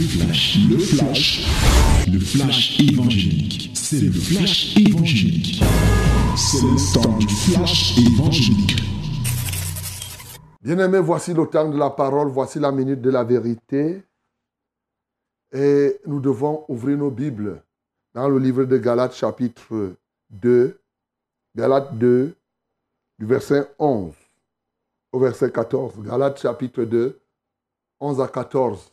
le flash évangélique. C'est le flash évangélique. C'est le temps du flash évangélique. Bien-aimés, voici le temps de la parole, voici la minute de la vérité. Et nous devons ouvrir nos Bibles dans le livre de Galates chapitre 2. Galates 2, du verset 11 au verset 14. Galates chapitre 2, 11 à 14.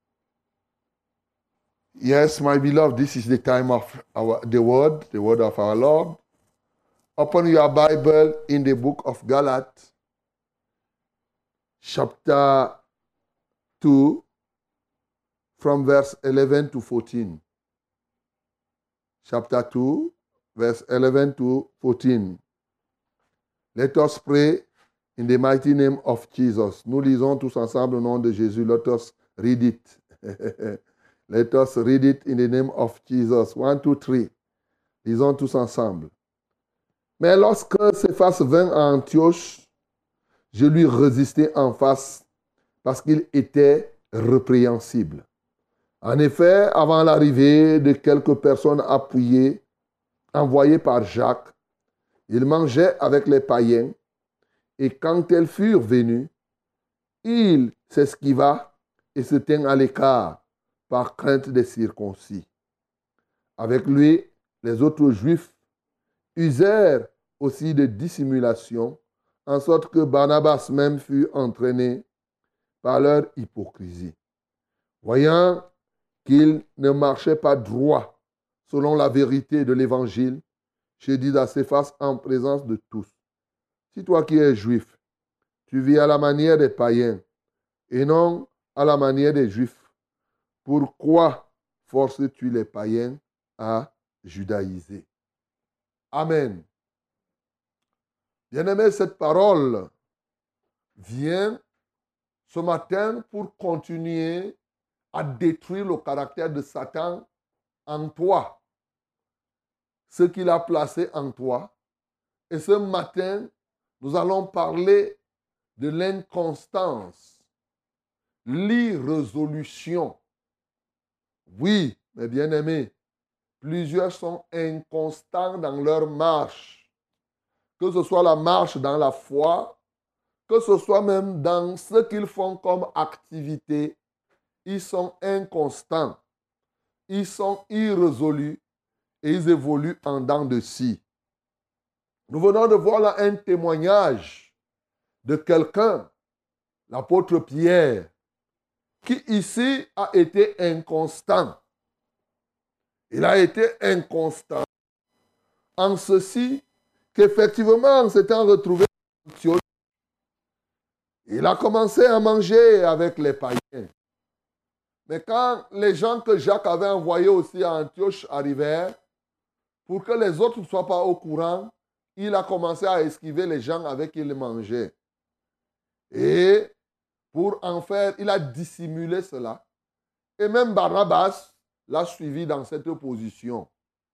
Yes, my beloved, this is the time of the word of our Lord. Open your Bible in the book of Galates, chapter 2, from verse 11 to 14. Chapter 2, verse 11 to 14. Let us pray in the mighty name of Jesus. Nous lisons tous ensemble au nom de Jésus. Let us read it. Let us read it in the name of Jesus. 1, 2, 3. Lisons tous ensemble. Mais lorsque Céphas vint à Antioche, je lui résistai en face parce qu'il était répréhensible. En effet, avant l'arrivée de quelques personnes appuyées, envoyées par Jacques, il mangeait avec les païens, et quand elles furent venues, il s'esquiva et se tint à l'écart par crainte des circoncis. Avec lui, les autres Juifs usèrent aussi de dissimulation, en sorte que Barnabas même fut entraîné par leur hypocrisie. Voyant qu'il ne marchait pas droit selon la vérité de l'Évangile, je dis à Céphas en présence de tous, si toi qui es juif, tu vis à la manière des païens et non à la manière des Juifs, pourquoi forces-tu les païens à judaïser? Amen. Bien-aimé, cette parole vient ce matin pour continuer à détruire le caractère de Satan en toi, ce qu'il a placé en toi. Et ce matin, nous allons parler de l'inconstance, l'irrésolution. Oui, mes bien-aimés, plusieurs sont inconstants dans leur marche. Que ce soit la marche dans la foi, que ce soit même dans ce qu'ils font comme activité, ils sont inconstants, ils sont irrésolus et ils évoluent en dents de scie. Nous venons de voir là un témoignage de quelqu'un, l'apôtre Pierre, qui ici a été inconstant. Il a été inconstant en ceci qu'effectivement, en s'étant retrouvé en Antioche, il a commencé à manger avec les païens. Mais quand les gens que Jacques avait envoyés aussi à Antioche arrivèrent, pour que les autres ne soient pas au courant, il a commencé à esquiver les gens avec qui il mangeait. Et pour en faire, il a dissimulé cela. Et même Barnabas l'a suivi dans cette position.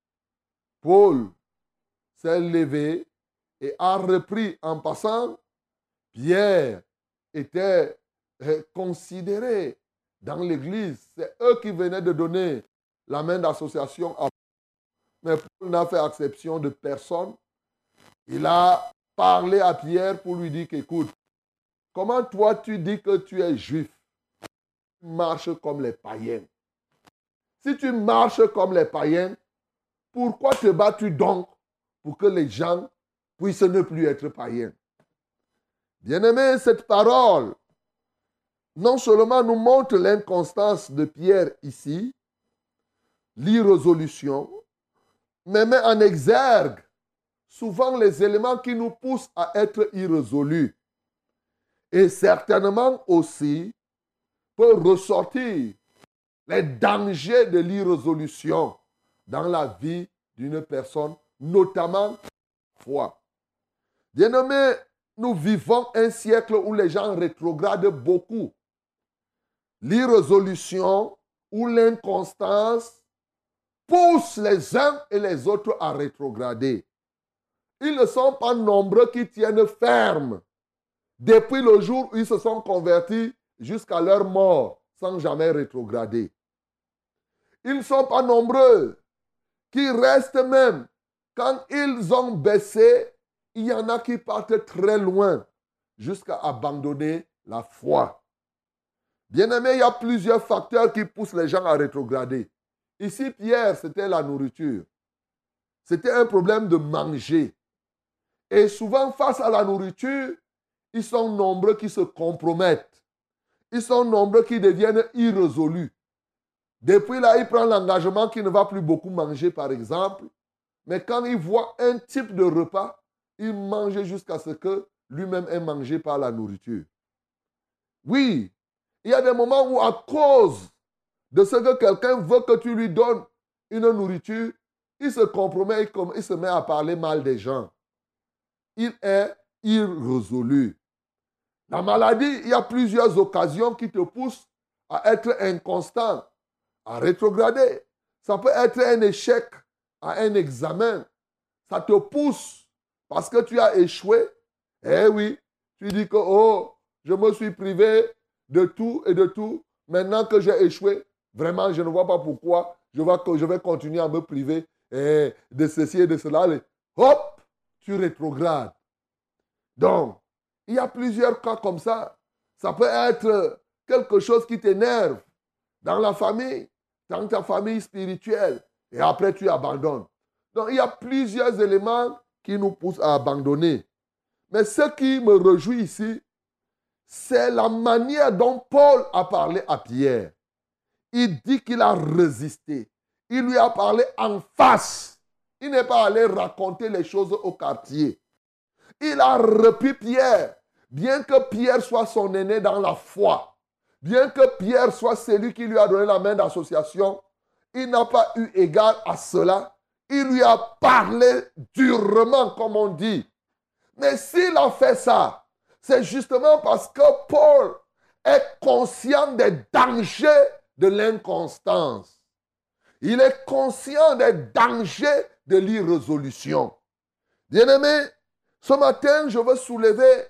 Paul s'est levé et a repris en passant. Pierre était considéré dans l'église. C'est eux qui venaient de donner la main d'association à Paul. Mais Paul n'a fait exception de personne. Il a parlé à Pierre pour lui dire qu'écoute, comment toi tu dis que tu es juif? Tu marches comme les païens. Si tu marches comme les païens, pourquoi te bats-tu donc pour que les gens puissent ne plus être païens? Bien-aimé, cette parole, non seulement nous montre l'inconstance de Pierre ici, l'irrésolution, mais met en exergue souvent les éléments qui nous poussent à être irrésolus. Et certainement aussi peut ressortir les dangers de l'irrésolution dans la vie d'une personne, notamment la foi. Bien-aimés, nous vivons un siècle où les gens rétrogradent beaucoup. L'irrésolution ou l'inconstance pousse les uns et les autres à rétrograder. Ils ne sont pas nombreux qui tiennent ferme depuis le jour où ils se sont convertis jusqu'à leur mort sans jamais rétrograder. Ils ne sont pas nombreux qui restent même. Quand ils ont baissé, il y en a qui partent très loin jusqu'à abandonner la foi. Bien-aimé, il y a plusieurs facteurs qui poussent les gens à rétrograder. Ici, Pierre, c'était la nourriture. C'était un problème de manger. Et souvent, face à la nourriture, ils sont nombreux qui se compromettent. Ils sont nombreux qui deviennent irrésolus. Depuis là, il prend l'engagement qu'il ne va plus beaucoup manger, par exemple. Mais quand il voit un type de repas, il mange jusqu'à ce que lui-même ait mangé par la nourriture. Oui, il y a des moments où, à cause de ce que quelqu'un veut que tu lui donnes une nourriture, il se compromet, il se met à parler mal des gens. Il est irrésolu. La maladie, il y a plusieurs occasions qui te poussent à être inconstant, à rétrograder. Ça peut être un échec à un examen. Ça te pousse parce que tu as échoué. Eh oui, tu dis que, oh, je me suis privé de tout et de tout. Maintenant que j'ai échoué, vraiment, je ne vois pas pourquoi je vais continuer à me priver de ceci et de cela. Hop, tu rétrogrades. Donc, il y a plusieurs cas comme ça. Ça peut être quelque chose qui t'énerve dans la famille, dans ta famille spirituelle, et après tu abandonnes. Donc, il y a plusieurs éléments qui nous poussent à abandonner. Mais ce qui me réjouit ici, c'est la manière dont Paul a parlé à Pierre. Il dit qu'il a résisté. Il lui a parlé en face. Il n'est pas allé raconter les choses au quartier. Il a repris Pierre. Bien que Pierre soit son aîné dans la foi, bien que Pierre soit celui qui lui a donné la main d'association, il n'a pas eu égard à cela. Il lui a parlé durement, comme on dit. Mais s'il a fait ça, c'est justement parce que Paul est conscient des dangers de l'inconstance. Il est conscient des dangers de l'irrésolution. Bien-aimé, ce matin, je veux soulever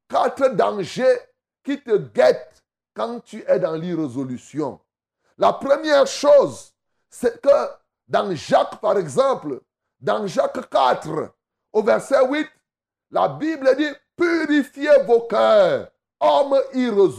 4 dangers qui te guettent quand tu es dans l'irrésolution. La première chose, c'est que dans Jacques, par exemple, dans Jacques 4, au verset 8, la Bible dit « Purifiez vos cœurs, hommes irrésolus ».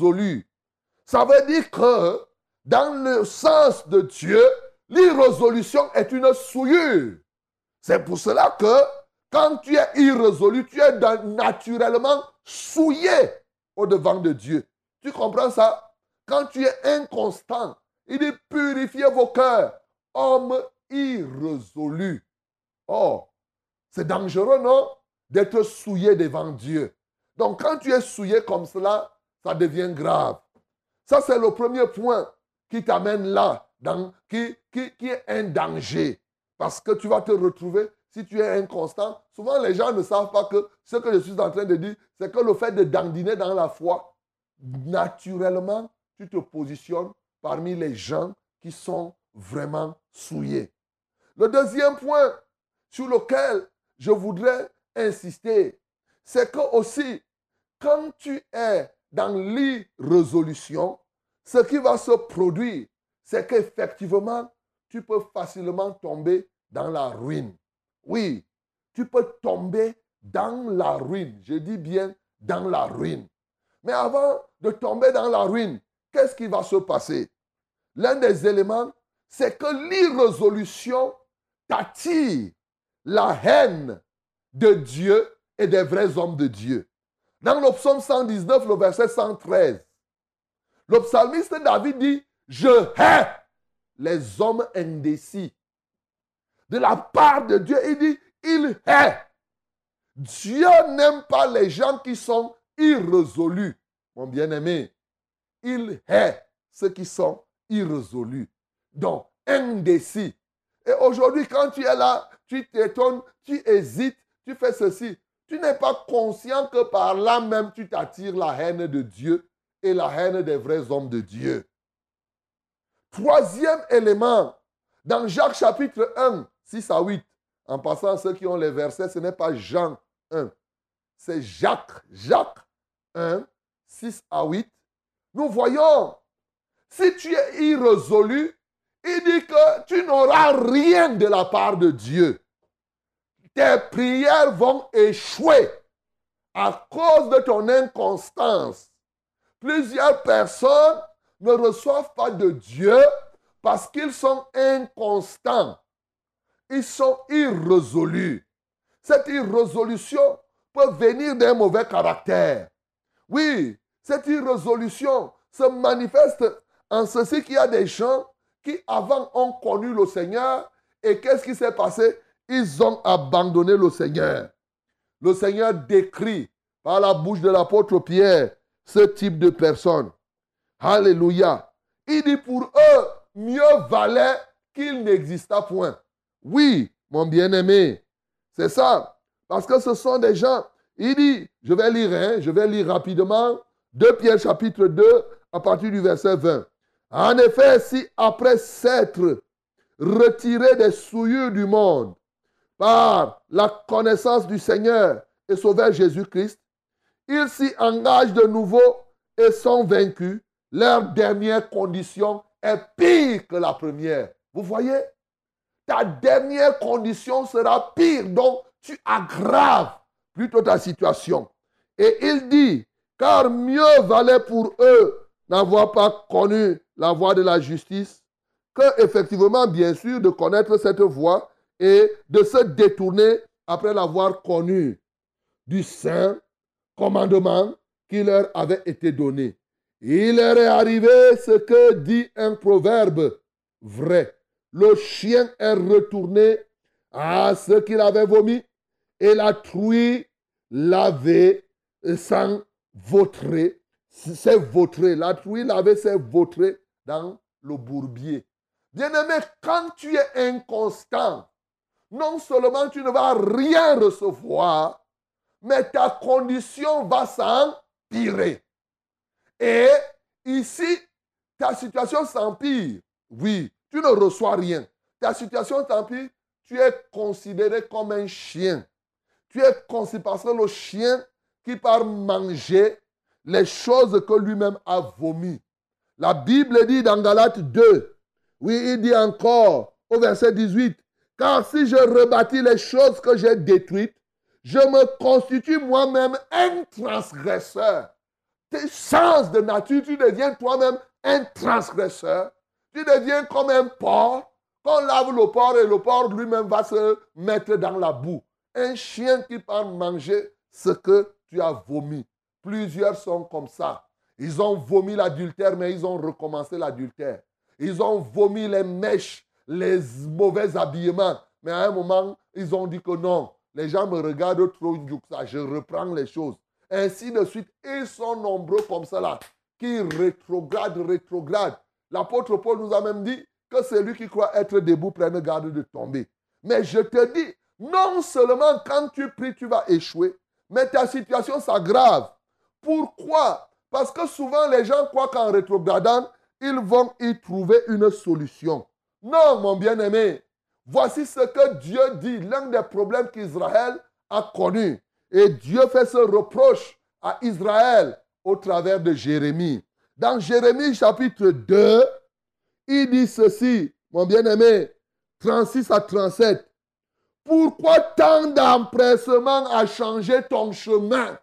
Ça veut dire que dans le sens de Dieu, l'irrésolution est une souillure. C'est pour cela que quand tu es irrésolu, tu es naturellement souillé au-devant de Dieu. Tu comprends ça? Quand tu es inconstant, il dit purifiez vos cœurs, hommes irrésolus. Oh, c'est dangereux, non? D'être souillé devant Dieu. Donc, quand tu es souillé comme cela, ça devient grave. Ça, c'est le premier point qui t'amène là, qui est un danger. Parce que tu vas te retrouver, si tu es inconstant, souvent les gens ne savent pas que ce que je suis en train de dire, c'est que le fait de dandiner dans la foi, naturellement, tu te positionnes parmi les gens qui sont vraiment souillés. Le deuxième point sur lequel je voudrais insister, c'est que aussi, quand tu es dans l'irrésolution, ce qui va se produire, c'est qu'effectivement, tu peux facilement tomber dans la ruine. Oui, tu peux tomber dans la ruine. Je dis bien dans la ruine. Mais avant de tomber dans la ruine, qu'est-ce qui va se passer? L'un des éléments, c'est que l'irrésolution t'attire la haine de Dieu et des vrais hommes de Dieu. Dans le psaume 119, le verset 113, le psalmiste David dit « Je hais les hommes indécis ». De la part de Dieu, il dit « Il hait ». Dieu n'aime pas les gens qui sont irrésolus. Mon bien-aimé, il hait ceux qui sont irrésolus. Donc, indécis. Et aujourd'hui, quand tu es là, tu t'étonnes, tu hésites, tu fais ceci. Tu n'es pas conscient que par là même, tu t'attires la haine de Dieu et la haine des vrais hommes de Dieu. Troisième élément, dans Jacques chapitre 1, 6 à 8, en passant à ceux qui ont les versets, ce n'est pas Jean 1, c'est Jacques 1, 6 à 8. Nous voyons, si tu es irrésolu, Il dit que tu n'auras rien de la part de Dieu. Tes prières vont échouer à cause de ton inconstance. Plusieurs personnes ne reçoivent pas de Dieu parce qu'ils sont inconstants. Ils sont irrésolus. Cette irrésolution peut venir d'un mauvais caractère. Oui, cette irrésolution se manifeste en ceci qu'il y a des gens qui avant ont connu le Seigneur et qu'est-ce qui s'est passé? Ils ont abandonné le Seigneur. Le Seigneur décrit par la bouche de l'apôtre Pierre ce type de personnes. Alléluia. Il dit pour eux, mieux valait qu'il n'existât point. Oui, mon bien-aimé, c'est ça. Parce que ce sont des gens, il dit, je vais lire rapidement, 2 Pierre chapitre 2, à partir du verset 20. En effet, si après s'être retiré des souillures du monde, par la connaissance du Seigneur et Sauveur Jésus-Christ, ils s'y engagent de nouveau et sont vaincus. Leur dernière condition est pire que la première. Vous voyez? Ta dernière condition sera pire. Donc, tu aggraves plutôt ta situation. Et il dit, car mieux valait pour eux n'avoir pas connu la voie de la justice que, effectivement, bien sûr, de connaître cette voie et de se détourner après l'avoir connu du saint commandement qui leur avait été donné. Il leur est arrivé ce que dit un proverbe vrai. Le chien est retourné à ce qu'il avait vomi et la truie l'avait sans vautrer. C'est vautré. La truie l'avait s'est vautré dans le bourbier. Bien-aimé, quand tu es inconstant, non seulement tu ne vas rien recevoir, mais ta condition va s'empirer. Et ici, ta situation s'empire. Oui, tu ne reçois rien. Ta situation s'empire, tu es considéré comme un chien. Tu es considéré parce que le chien qui part manger les choses que lui-même a vomi. La Bible dit dans Galates 2, oui, il dit encore au verset 18, car si je rebâtis les choses que j'ai détruites, je me constitue moi-même un transgresseur. Tu changes de nature, tu deviens toi-même un transgresseur. Tu deviens comme un porc. Qu'on lave le porc et le porc lui-même va se mettre dans la boue. Un chien qui part manger ce que tu as vomi. Plusieurs sont comme ça. Ils ont vomi l'adultère, mais ils ont recommencé l'adultère. Ils ont vomi les mèches, les mauvais habillements. Mais à un moment, ils ont dit que non. Les gens me regardent trop ça, je reprends les choses. Ainsi de suite, ils sont nombreux comme cela, qui rétrogradent. L'apôtre Paul nous a même dit que celui qui croit être debout prenne garde de tomber. Mais je te dis, non seulement quand tu pries, tu vas échouer, mais ta situation s'aggrave. Pourquoi? Parce que souvent les gens croient qu'en rétrogradant, ils vont y trouver une solution. Non, mon bien-aimé. Voici ce que Dieu dit, l'un des problèmes qu'Israël a connu. Et Dieu fait ce reproche à Israël au travers de Jérémie. Dans Jérémie chapitre 2, il dit ceci, mon bien-aimé, 36 à 37. Pourquoi tant d'empressement à changer ton chemin?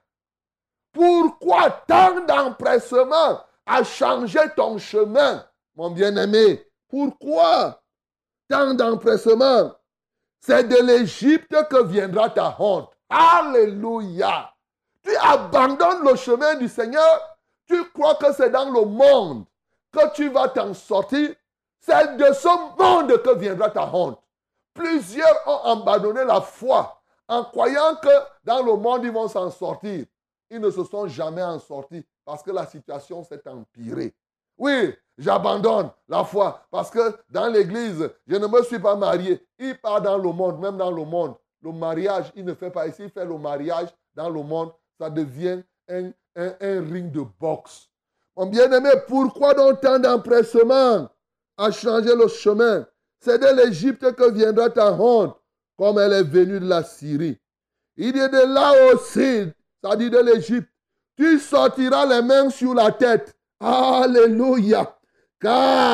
Pourquoi tant d'empressement à changer ton chemin, mon bien-aimé? Pourquoi tant d'empressement? C'est de l'Égypte que viendra ta honte. Alléluia. Tu abandonnes le chemin du Seigneur. Tu crois que c'est dans le monde que tu vas t'en sortir. C'est de ce monde que viendra ta honte. Plusieurs ont abandonné la foi en croyant que dans le monde ils vont s'en sortir. Ils ne se sont jamais en sortis parce que la situation s'est empirée. Oui, j'abandonne la foi parce que dans l'église, je ne me suis pas marié. Il part dans le monde, même dans le monde. Le mariage, il ne fait pas ici, il fait le mariage dans le monde. Ça devient un ring de boxe. Mon bien-aimé, pourquoi donc tant d'empressement à changer le chemin? C'est de l'Égypte que viendra ta honte, comme elle est venue de la Syrie. Il dit de là aussi, ça dit de l'Égypte, tu sortiras les mains sur la tête. Alléluia. Car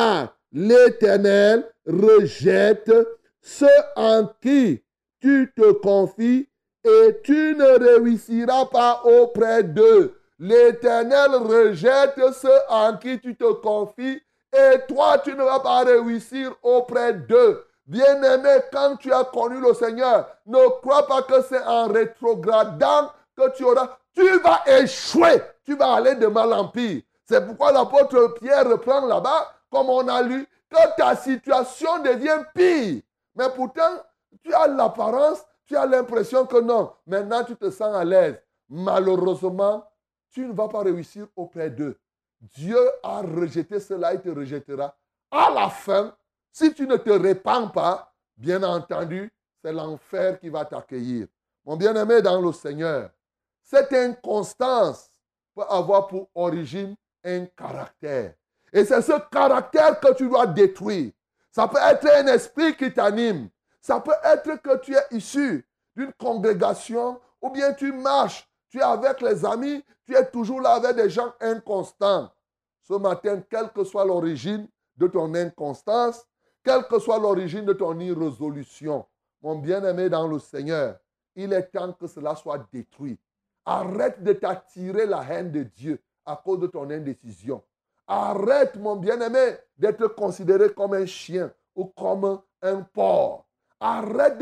l'Éternel rejette ceux en qui tu te confies et tu ne réussiras pas auprès d'eux. L'Éternel rejette ceux en qui tu te confies et toi, tu ne vas pas réussir auprès d'eux. Bien-aimé, quand tu as connu le Seigneur, ne crois pas que c'est en rétrogradant que tu vas échouer. Tu vas aller de mal en pire. C'est pourquoi l'apôtre Pierre reprend là-bas, comme on a lu, que ta situation devient pire. Mais pourtant, tu as l'apparence, tu as l'impression que non. Maintenant, tu te sens à l'aise. Malheureusement, tu ne vas pas réussir auprès d'eux. Dieu a rejeté cela, il te rejettera. À la fin, si tu ne te répands pas, bien entendu, c'est l'enfer qui va t'accueillir. Mon bien-aimé dans le Seigneur, cette inconstance peut avoir pour origine un caractère. Et c'est ce caractère que tu dois détruire. Ça peut être un esprit qui t'anime. Ça peut être que tu es issu d'une congrégation ou bien tu marches, tu es avec les amis, tu es toujours là avec des gens inconstants. Ce matin, quelle que soit l'origine de ton inconstance, quelle que soit l'origine de ton irrésolution, mon bien-aimé dans le Seigneur, il est temps que cela soit détruit. Arrête de t'attirer la haine de Dieu à cause de ton indécision. Arrête, mon bien-aimé, d'être considéré comme un chien ou comme un porc. Arrête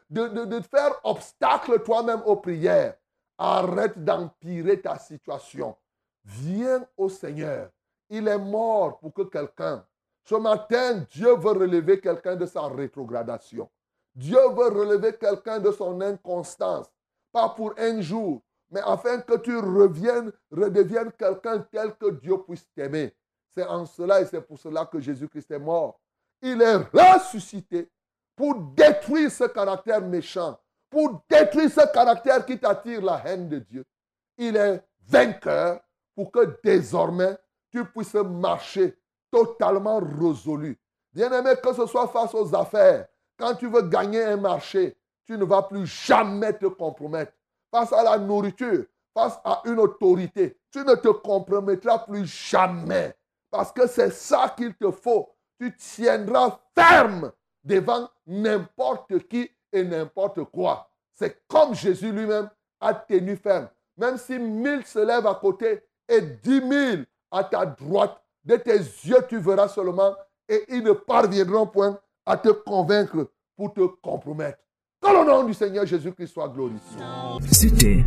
de faire obstacle toi-même aux prières. Arrête d'empirer ta situation. Viens au Seigneur. Il est mort pour que quelqu'un. Ce matin, Dieu veut relever quelqu'un de sa rétrogradation. Dieu veut relever quelqu'un de son inconstance. Pas pour un jour, mais afin que tu redeviennes quelqu'un tel que Dieu puisse t'aimer. C'est en cela et c'est pour cela que Jésus-Christ est mort. Il est ressuscité pour détruire ce caractère méchant, pour détruire ce caractère qui t'attire la haine de Dieu. Il est vainqueur pour que désormais tu puisses marcher totalement résolu. Bien-aimé, que ce soit face aux affaires, quand tu veux gagner un marché, tu ne vas plus jamais te compromettre. Face à la nourriture, face à une autorité, tu ne te compromettras plus jamais. Parce que c'est ça qu'il te faut. Tu tiendras ferme devant n'importe qui et n'importe quoi. C'est comme Jésus lui-même a tenu ferme. Même si 1000 se lèvent à côté et 10 000 à ta droite, de tes yeux tu verras seulement et ils ne parviendront point à te convaincre pour te compromettre. Que le nom du Seigneur Jésus-Christ soit glorifié. C'était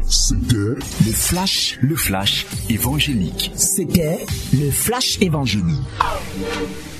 le flash évangélique. C'était le flash évangélique.